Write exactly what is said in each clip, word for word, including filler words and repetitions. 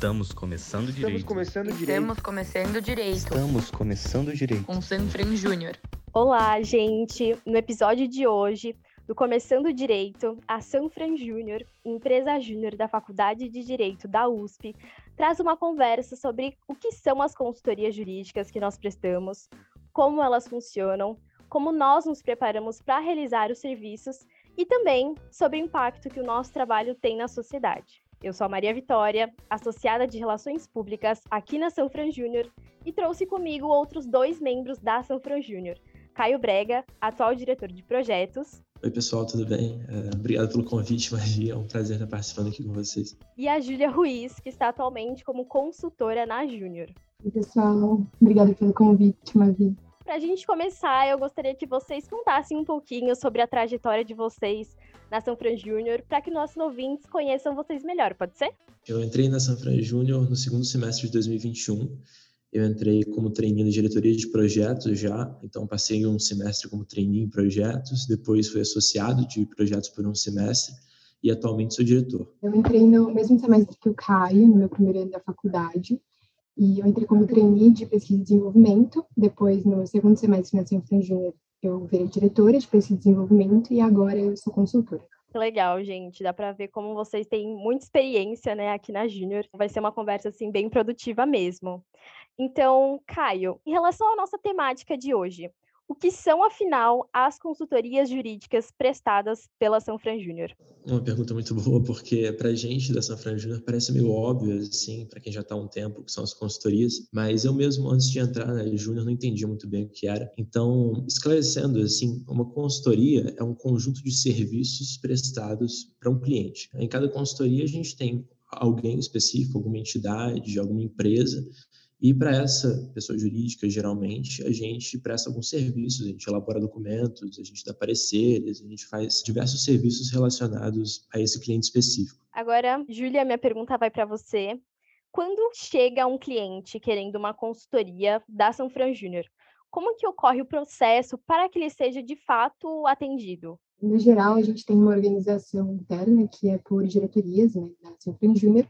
Estamos começando Estamos direito. começando direito. Estamos começando direito. Estamos começando direito. Com Sanfran Júnior. Olá, gente! No episódio de hoje, do Começando Direito, a Sanfran Júnior, empresa júnior da Faculdade de Direito da U S P, traz uma conversa sobre o que são as consultorias jurídicas que nós prestamos, como elas funcionam, como nós nos preparamos para realizar os serviços e também sobre o impacto que o nosso trabalho tem na sociedade. Eu sou a Maria Vitória, associada de Relações Públicas aqui na Sanfran Júnior, e trouxe comigo outros dois membros da Sanfran Júnior, Caio Brega, atual diretor de projetos. Oi, pessoal, tudo bem? É, obrigado pelo convite, Maria. É um prazer estar participando aqui com vocês. E a Júlia Ruiz, que está atualmente como consultora na Júnior. Oi, pessoal. Obrigada pelo convite, Mavi. Para a gente começar, eu gostaria que vocês contassem um pouquinho sobre a trajetória de vocês na Sanfran Júnior, para que nossos ouvintes conheçam vocês melhor, pode ser? Eu entrei na Sanfran Júnior no segundo semestre de dois mil e vinte e um. Eu entrei como trainee na diretoria de projetos já, então passei um semestre como trainee em projetos, depois fui associado de projetos por um semestre e atualmente sou diretor. Eu entrei no mesmo semestre que o Caio, no meu primeiro ano da faculdade, e eu entrei como trainee de pesquisa e desenvolvimento. Depois, no segundo semestre na Sanfran Júnior, eu virei diretora de pesquisa e desenvolvimento e agora eu sou consultora. Legal, gente. Dá para ver como vocês têm muita experiência, né, aqui na Júnior. Vai ser uma conversa, assim, bem produtiva mesmo. Então, Caio, em relação à nossa temática de hoje, o que são, afinal, as consultorias jurídicas prestadas pela Sanfran Júnior? Uma pergunta muito boa, porque para a gente da Sanfran Júnior parece meio óbvio, assim, para quem já está há um tempo, que são as consultorias, mas eu mesmo, antes de entrar na Júnior, não entendia muito bem o que era. Então, esclarecendo, assim, uma consultoria é um conjunto de serviços prestados para um cliente. Em cada consultoria, a gente tem alguém específico, alguma entidade, alguma empresa. E para essa pessoa jurídica, geralmente, a gente presta alguns serviços, a gente elabora documentos, a gente dá pareceres, a gente faz diversos serviços relacionados a esse cliente específico. Agora, Júlia, minha pergunta vai para você. Quando chega um cliente querendo uma consultoria da Sanfran Júnior, como que ocorre o processo para que ele seja de fato atendido? No geral, a gente tem uma organização interna que é por diretorias, né, da Sanfran Júnior.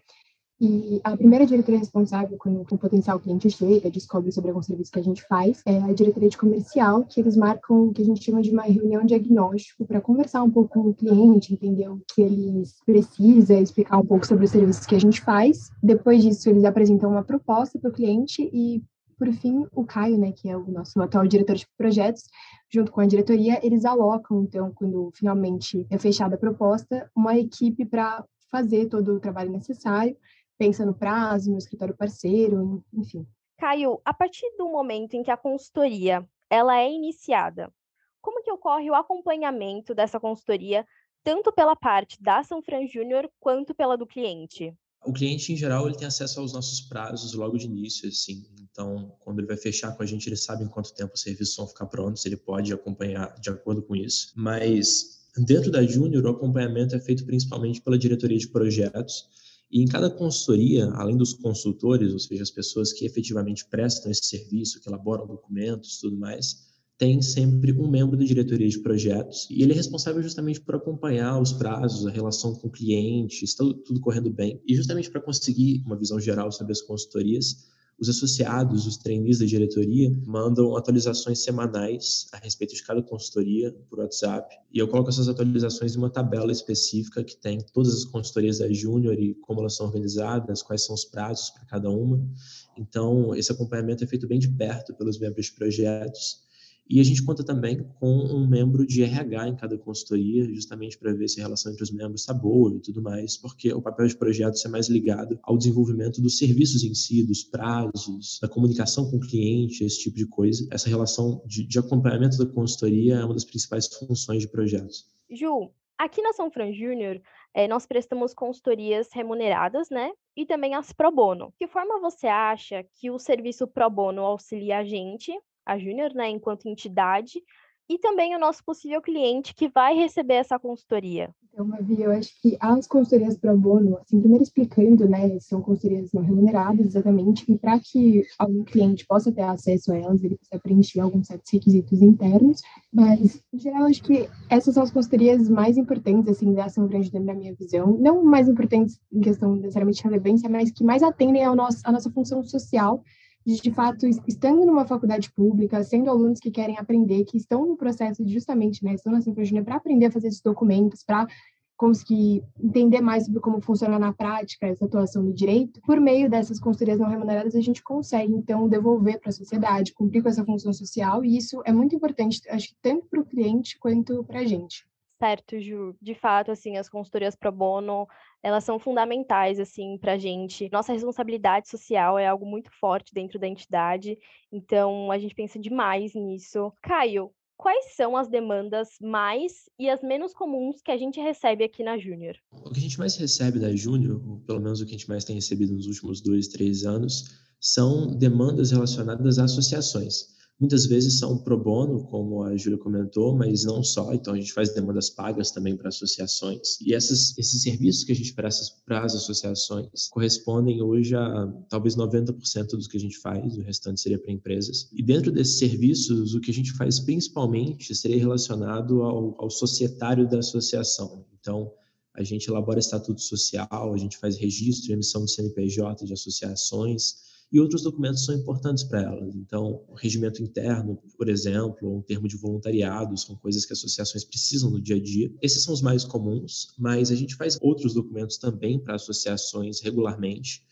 E a primeira diretoria responsável, quando um potencial cliente chega, descobre sobre algum serviço que a gente faz, é a diretoria de comercial, que eles marcam o que a gente chama de uma reunião diagnóstico para conversar um pouco com o cliente, entender o que ele precisa, explicar um pouco sobre os serviços que a gente faz. Depois disso, eles apresentam uma proposta para o cliente e, por fim, o Caio, né, que é o nosso atual diretor de projetos, junto com a diretoria, eles alocam, então, quando finalmente é fechada a proposta, uma equipe para fazer todo o trabalho necessário, pensa no prazo, no escritório parceiro, enfim. Caio, a partir do momento em que a consultoria ela é iniciada, como que ocorre o acompanhamento dessa consultoria, tanto pela parte da Sanfran Júnior quanto pela do cliente? O cliente, em geral, ele tem acesso aos nossos prazos logo de início, assim. Então, quando ele vai fechar com a gente, ele sabe em quanto tempo os serviços vão ficar prontos, ele pode acompanhar de acordo com isso. Mas, dentro da Júnior, o acompanhamento é feito principalmente pela diretoria de projetos. E em cada consultoria, além dos consultores, ou seja, as pessoas que efetivamente prestam esse serviço, que elaboram documentos e tudo mais, tem sempre um membro da diretoria de projetos e ele é responsável justamente por acompanhar os prazos, a relação com o cliente, está tudo correndo bem. E justamente para conseguir uma visão geral sobre as consultorias, os associados, os trainees da diretoria, mandam atualizações semanais a respeito de cada consultoria por WhatsApp. E eu coloco essas atualizações em uma tabela específica que tem todas as consultorias da Júnior e como elas são organizadas, quais são os prazos para cada uma. Então, esse acompanhamento é feito bem de perto pelos membros de projetos. E a gente conta também com um membro de R H em cada consultoria, justamente para ver se a relação entre os membros está boa e tudo mais, porque o papel de projetos é mais ligado ao desenvolvimento dos serviços em si, dos prazos, da comunicação com o cliente, esse tipo de coisa. Essa relação de, de acompanhamento da consultoria é uma das principais funções de projetos. Ju, aqui na Sanfran Júnior, eh, nós prestamos consultorias remuneradas, né? E também as pro bono. Que forma você acha que o serviço pro bono auxilia a gente, a Júnior, né, enquanto entidade, e também o nosso possível cliente que vai receber essa consultoria? Então, Mavi, eu acho que as consultorias pro bono, assim, primeiro explicando, né, são consultorias não remuneradas, exatamente, e para que algum cliente possa ter acesso a elas, ele precisa preencher alguns certos requisitos internos, mas, em geral, acho que essas são as consultorias mais importantes, assim, da Ação Franjúnior, na minha visão, não mais importantes em questão necessariamente de relevância, mas que mais atendem ao nosso, à nossa função social, de, de fato, estando numa faculdade pública, sendo alunos que querem aprender, que estão no processo de, justamente, né, estão na Ação Franjúnior para aprender a fazer esses documentos, para conseguir entender mais sobre como funciona na prática essa atuação do direito, por meio dessas consultorias não remuneradas, a gente consegue, então, devolver para a sociedade, cumprir com essa função social, e isso é muito importante, acho que tanto para o cliente quanto para a gente. Certo, Ju. De fato, assim, as consultorias pro bono, elas são fundamentais, assim, para a gente. Nossa responsabilidade social é algo muito forte dentro da entidade, então a gente pensa demais nisso. Caio, quais são as demandas mais e as menos comuns que a gente recebe aqui na Júnior? O que a gente mais recebe da Júnior, ou pelo menos o que a gente mais tem recebido nos últimos dois, três anos, são demandas relacionadas a associações. Muitas vezes são pro bono, como a Júlia comentou, mas não só. Então, a gente faz demandas pagas também para associações. E essas, esses serviços que a gente presta para as associações correspondem hoje a talvez noventa por cento dos que a gente faz, o restante seria para empresas. E dentro desses serviços, o que a gente faz principalmente seria relacionado ao, ao societário da associação. Então, a gente elabora estatuto social, a gente faz registro e emissão de C N P J de associações, e outros documentos são importantes para elas. Então, o regimento interno, por exemplo, ou um termo de voluntariado, são coisas que associações precisam no dia a dia. Esses são os mais comuns, mas a gente faz outros documentos também para associações regularmente.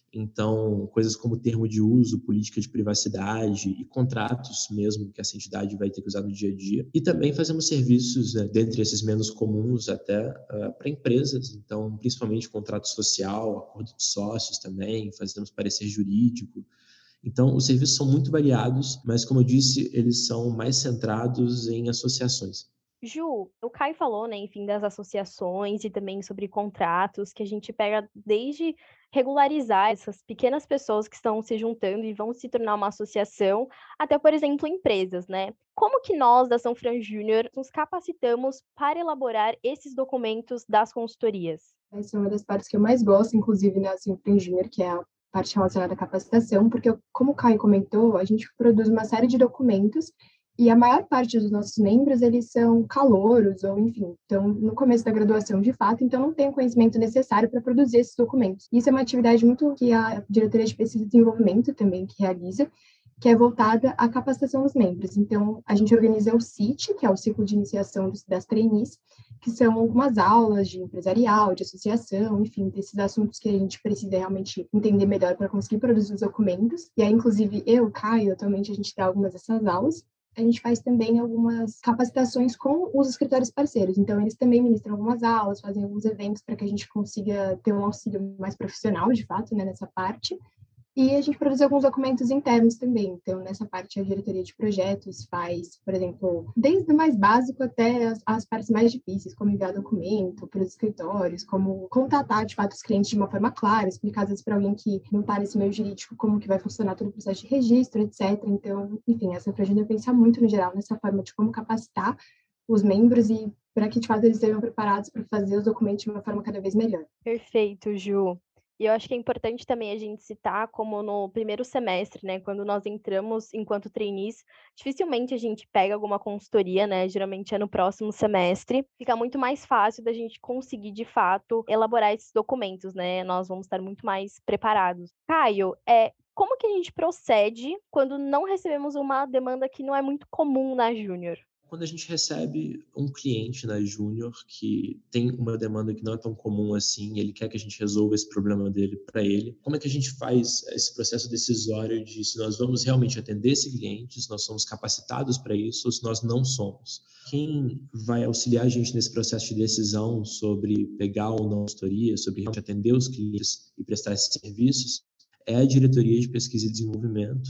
Então, coisas como termo de uso, política de privacidade e contratos mesmo que essa entidade vai ter que usar no dia a dia. E também fazemos serviços, né, dentre esses menos comuns até, uh, para empresas. Então, principalmente contrato social, acordo de sócios também, fazemos parecer jurídico. Então, os serviços são muito variados, mas, como eu disse, eles são mais centrados em associações. Ju, o Caio falou, né, enfim, das associações e também sobre contratos, que a gente pega desde regularizar essas pequenas pessoas que estão se juntando e vão se tornar uma associação, até, por exemplo, empresas, né? Como que nós, da São Fran Júnior, nos capacitamos para elaborar esses documentos das consultorias? Essa é uma das partes que eu mais gosto, inclusive, na Ação Fran Júnior, que é a parte relacionada à capacitação, porque, como o Caio comentou, a gente produz uma série de documentos e a maior parte dos nossos membros, eles são calouros, ou enfim, estão no começo da graduação de fato, então não tem o conhecimento necessário para produzir esses documentos. Isso é uma atividade muito que a Diretoria de Pesquisa e Desenvolvimento também que realiza, que é voltada à capacitação dos membros. Então, a gente organiza o C I T, que é o Ciclo de Iniciação das Trainees, que são algumas aulas de empresarial, de associação, enfim, desses assuntos que a gente precisa realmente entender melhor para conseguir produzir os documentos. E aí, inclusive, eu, Caio, atualmente a gente dá algumas dessas aulas. A gente faz também algumas capacitações com os escritórios parceiros. Então, eles também ministram algumas aulas, fazem alguns eventos para que a gente consiga ter um auxílio mais profissional, de fato, né, nessa parte. E a gente produz alguns documentos internos também. Então, nessa parte, a diretoria de projetos faz, por exemplo, desde o mais básico até as, as partes mais difíceis, como enviar documento para os escritórios, como contatar, de fato, os clientes de uma forma clara, explicar, às vezes, para alguém que não está nesse meio jurídico, como que vai funcionar todo o processo de registro, etcétera. Então, enfim, essa Fragília pensa muito, no geral, nessa forma de como capacitar os membros e para que, de fato, eles estejam preparados para fazer os documentos de uma forma cada vez melhor. Perfeito, Ju. E eu acho que é importante também a gente citar como no primeiro semestre, né, quando nós entramos enquanto trainees, dificilmente a gente pega alguma consultoria, né, geralmente é no próximo semestre. Fica muito mais fácil da gente conseguir, de fato, elaborar esses documentos, né, nós vamos estar muito mais preparados. Caio, é, como que a gente procede quando não recebemos uma demanda que não é muito comum na Júnior? Quando a gente recebe um cliente na Júnior que tem uma demanda que não é tão comum assim, ele quer que a gente resolva esse problema dele para ele, como é que a gente faz esse processo decisório de se nós vamos realmente atender esse cliente, se nós somos capacitados para isso ou se nós não somos? Quem vai auxiliar a gente nesse processo de decisão sobre pegar ou não a consultoria, sobre realmente atender os clientes e prestar esses serviços, é a Diretoria de Pesquisa e Desenvolvimento,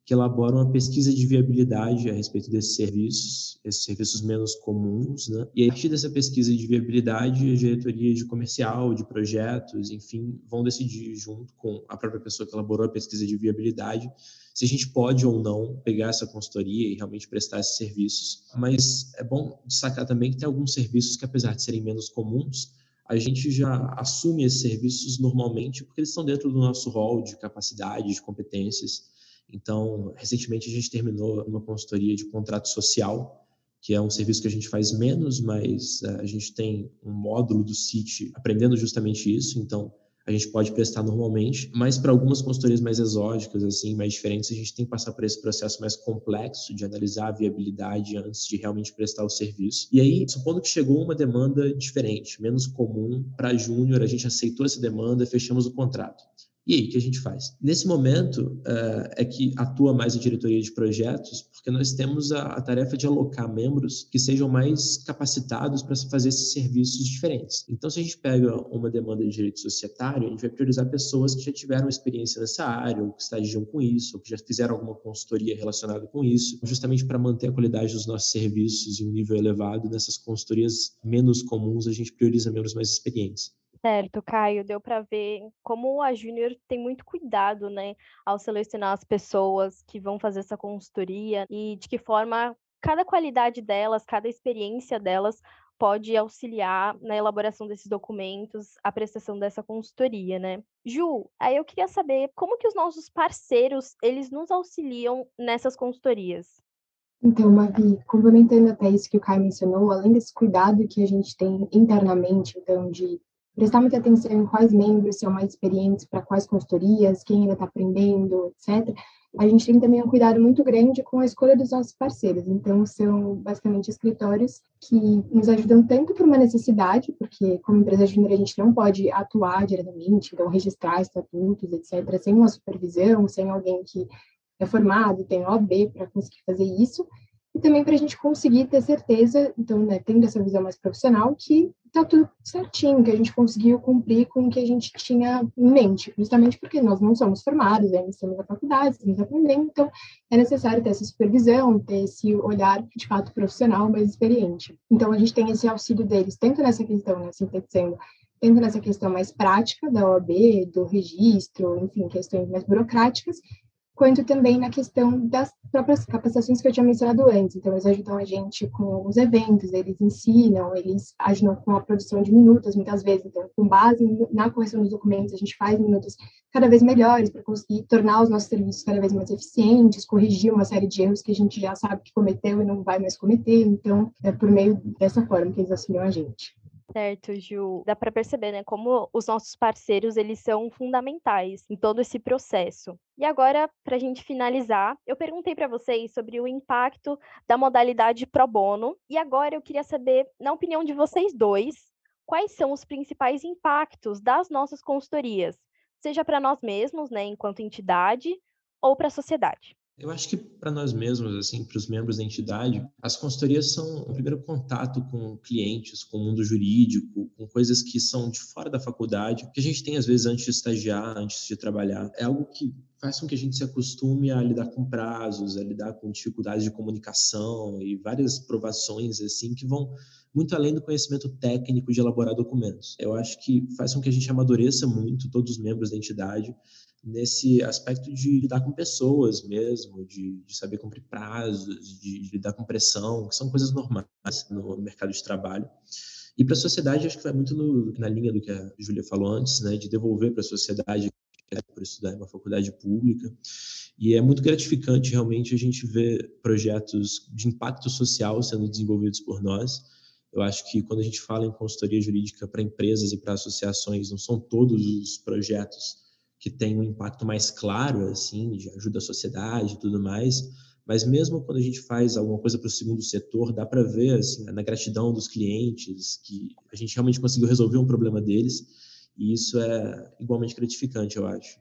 que elaboram uma pesquisa de viabilidade a respeito desses serviços, esses serviços menos comuns, né? E a partir dessa pesquisa de viabilidade, a diretoria de comercial, de projetos, enfim, vão decidir junto com a própria pessoa que elaborou a pesquisa de viabilidade se a gente pode ou não pegar essa consultoria e realmente prestar esses serviços. Mas é bom destacar também que tem alguns serviços que, apesar de serem menos comuns, a gente já assume esses serviços normalmente porque eles estão dentro do nosso rol de capacidade, de competências. Então, recentemente a gente terminou uma consultoria de contrato social, que é um serviço que a gente faz menos, mas uh, a gente tem um módulo do C I T aprendendo justamente isso, então a gente pode prestar normalmente, mas para algumas consultorias mais exóticas, assim, mais diferentes, a gente tem que passar por esse processo mais complexo de analisar a viabilidade antes de realmente prestar o serviço. E aí, supondo que chegou uma demanda diferente, menos comum para júnior, a gente aceitou essa demanda, fechamos o contrato. E aí, o que a gente faz? Nesse momento, uh, é que atua mais a diretoria de projetos, porque nós temos a, a tarefa de alocar membros que sejam mais capacitados para fazer esses serviços diferentes. Então, se a gente pega uma demanda de direito societário, a gente vai priorizar pessoas que já tiveram experiência nessa área, ou que estagiam com isso, ou que já fizeram alguma consultoria relacionada com isso, justamente para manter a qualidade dos nossos serviços em um nível elevado. Nessas consultorias menos comuns, a gente prioriza membros mais experientes. Certo, Caio, deu para ver como a Júnior tem muito cuidado, né, ao selecionar as pessoas que vão fazer essa consultoria e de que forma cada qualidade delas, cada experiência delas pode auxiliar na elaboração desses documentos, a prestação dessa consultoria, né? Ju, aí eu queria saber como que os nossos parceiros, eles nos auxiliam nessas consultorias. Então, Mavi, complementando até isso que o Caio mencionou, além desse cuidado que a gente tem internamente, então, de prestar muita atenção em quais membros são mais experientes para quais consultorias, quem ainda está aprendendo, etcétera, a gente tem também um cuidado muito grande com a escolha dos nossos parceiros. Então, são basicamente escritórios que nos ajudam tanto por uma necessidade, porque como empresa júnior a gente não pode atuar diretamente, então registrar estatutos, etcétera, sem uma supervisão, sem alguém que é formado, tem O A B para conseguir fazer isso, e também para a gente conseguir ter certeza, então, né, tendo essa visão mais profissional, que está tudo certinho, que a gente conseguiu cumprir com o que a gente tinha em mente, justamente porque nós não somos formados, ainda estamos na faculdade, estamos aprendendo, então é necessário ter essa supervisão, ter esse olhar, de fato, profissional mais experiente. Então, a gente tem esse auxílio deles, tanto nessa questão, né, sintetizando, tanto nessa questão mais prática da O A B, do registro, enfim, questões mais burocráticas, quanto também na questão das próprias capacitações que eu tinha mencionado antes. Então, eles ajudam a gente com os eventos, eles ensinam, eles ajudam com a produção de minutas, muitas vezes. Então, com base na correção dos documentos, a gente faz minutas cada vez melhores para conseguir tornar os nossos serviços cada vez mais eficientes, corrigir uma série de erros que a gente já sabe que cometeu e não vai mais cometer. Então, é por meio dessa forma que eles auxiliam a gente. Certo, Ju. Dá para perceber, né, como os nossos parceiros, eles são fundamentais em todo esse processo. E agora, para a gente finalizar, eu perguntei para vocês sobre o impacto da modalidade pro bono, e agora eu queria saber, na opinião de vocês dois, quais são os principais impactos das nossas consultorias, seja para nós mesmos, né, enquanto entidade, ou para a sociedade. Eu acho que para nós mesmos, assim, para os membros da entidade, as consultorias são o primeiro contato com clientes, com o mundo jurídico, com coisas que são de fora da faculdade, que a gente tem às vezes antes de estagiar, antes de trabalhar. É algo que faz com que a gente se acostume a lidar com prazos, a lidar com dificuldades de comunicação e várias provações assim que vão muito além do conhecimento técnico de elaborar documentos. Eu acho que faz com que a gente amadureça muito, todos os membros da entidade, nesse aspecto de lidar com pessoas mesmo, de, de saber cumprir prazos, de, de lidar com pressão, que são coisas normais no mercado de trabalho. E para a sociedade, acho que vai muito no, na linha do que a Júlia falou antes, né, de devolver para a sociedade por estudar em uma faculdade pública. E é muito gratificante realmente a gente ver projetos de impacto social sendo desenvolvidos por nós. Eu acho que quando a gente fala em consultoria jurídica para empresas e para associações, não são todos os projetos que têm um impacto mais claro, assim, de ajuda à sociedade e tudo mais, mas mesmo quando a gente faz alguma coisa para o segundo setor, dá para ver, assim, na gratidão dos clientes, que a gente realmente conseguiu resolver um problema deles, e isso é igualmente gratificante, eu acho.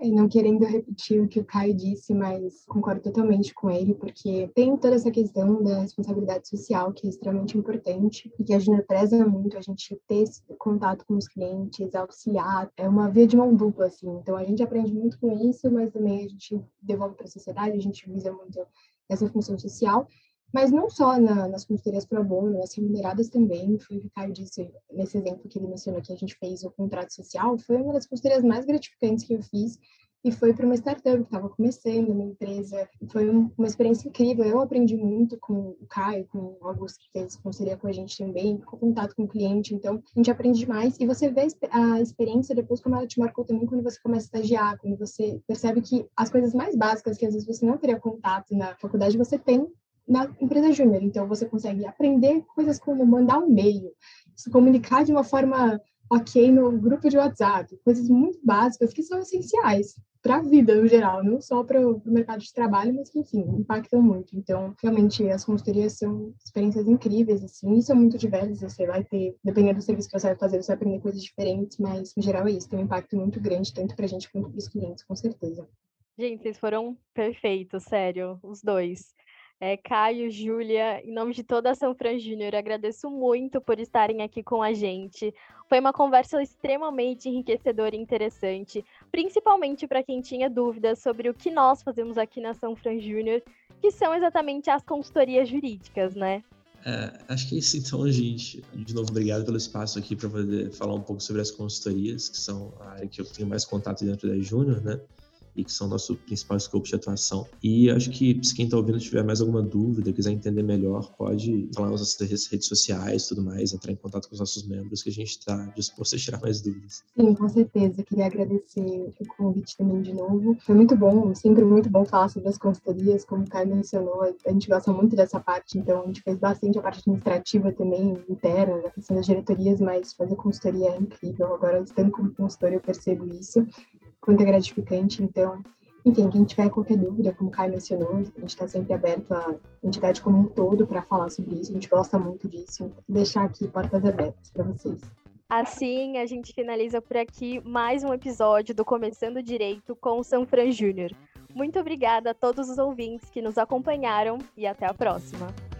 E não querendo repetir o que o Caio disse, mas concordo totalmente com ele, porque tem toda essa questão da responsabilidade social, que é extremamente importante, e que a Júnior preza muito, a gente ter esse contato com os clientes, auxiliar, é uma via de mão dupla, assim. Então, a gente aprende muito com isso, mas também a gente devolve para a sociedade, a gente visa muito essa função social, mas não só na, nas consultorias pro bono, nas remuneradas também. Foi o que o Caio disse nesse exemplo que ele mencionou, que a gente fez o contrato social, foi uma das consultorias mais gratificantes que eu fiz, e foi para uma startup que estava começando, uma empresa. Foi um, uma experiência incrível. Eu aprendi muito com o Caio, com o Augusto, que fez consultoria com a gente também, com contato com o cliente. Então, a gente aprende demais. E você vê a experiência depois, como ela te marcou também, quando você começa a estagiar, quando você percebe que as coisas mais básicas, que às vezes você não teria contato na faculdade, você tem na empresa júnior. Então, você consegue aprender coisas como mandar um e-mail, se comunicar de uma forma ok no grupo de WhatsApp, coisas muito básicas que são essenciais para a vida no geral, não só para o mercado de trabalho, mas que, enfim, impactam muito. Então, realmente, as consultorias são experiências incríveis, assim, e são muito diversas. Você vai ter, dependendo do serviço que você vai fazer, você vai aprender coisas diferentes, mas, no geral, é isso. Tem um impacto muito grande, tanto para a gente quanto para os clientes, com certeza. Gente, vocês foram perfeitos, sério, os dois. É, Caio, Júlia, em nome de toda a Sanfran Júnior, agradeço muito por estarem aqui com a gente. Foi uma conversa extremamente enriquecedora e interessante, principalmente para quem tinha dúvidas sobre o que nós fazemos aqui na Sanfran Júnior, que são exatamente as consultorias jurídicas, né? É, acho que é isso então, gente. De novo, obrigado pelo espaço aqui para poder falar um pouco sobre as consultorias, que são a área que eu tenho mais contato dentro da Júnior, né? E que são nosso principal scope de atuação. E acho que se quem está ouvindo tiver mais alguma dúvida, quiser entender melhor, pode falar nas nossas redes sociais e tudo mais, entrar em contato com os nossos membros, que a gente está disposto a tirar mais dúvidas. Sim, com certeza. Queria agradecer o convite também de novo. Foi muito bom, sempre muito bom falar sobre as consultorias, como o Caio mencionou, a gente gosta muito dessa parte, então a gente fez bastante a parte administrativa também, interna, a questão das diretorias, mas fazer consultoria é incrível. Agora, estando como consultora, eu percebo isso. Quanto é gratificante, então, enfim, quem tiver qualquer dúvida, como o Caio mencionou, a gente está sempre aberto à entidade como um todo para falar sobre isso, a gente gosta muito disso, então, deixar aqui portas abertas para vocês. Assim, a gente finaliza por aqui mais um episódio do Começando Direito com o Sanfran Júnior. Muito obrigada a todos os ouvintes que nos acompanharam e até a próxima.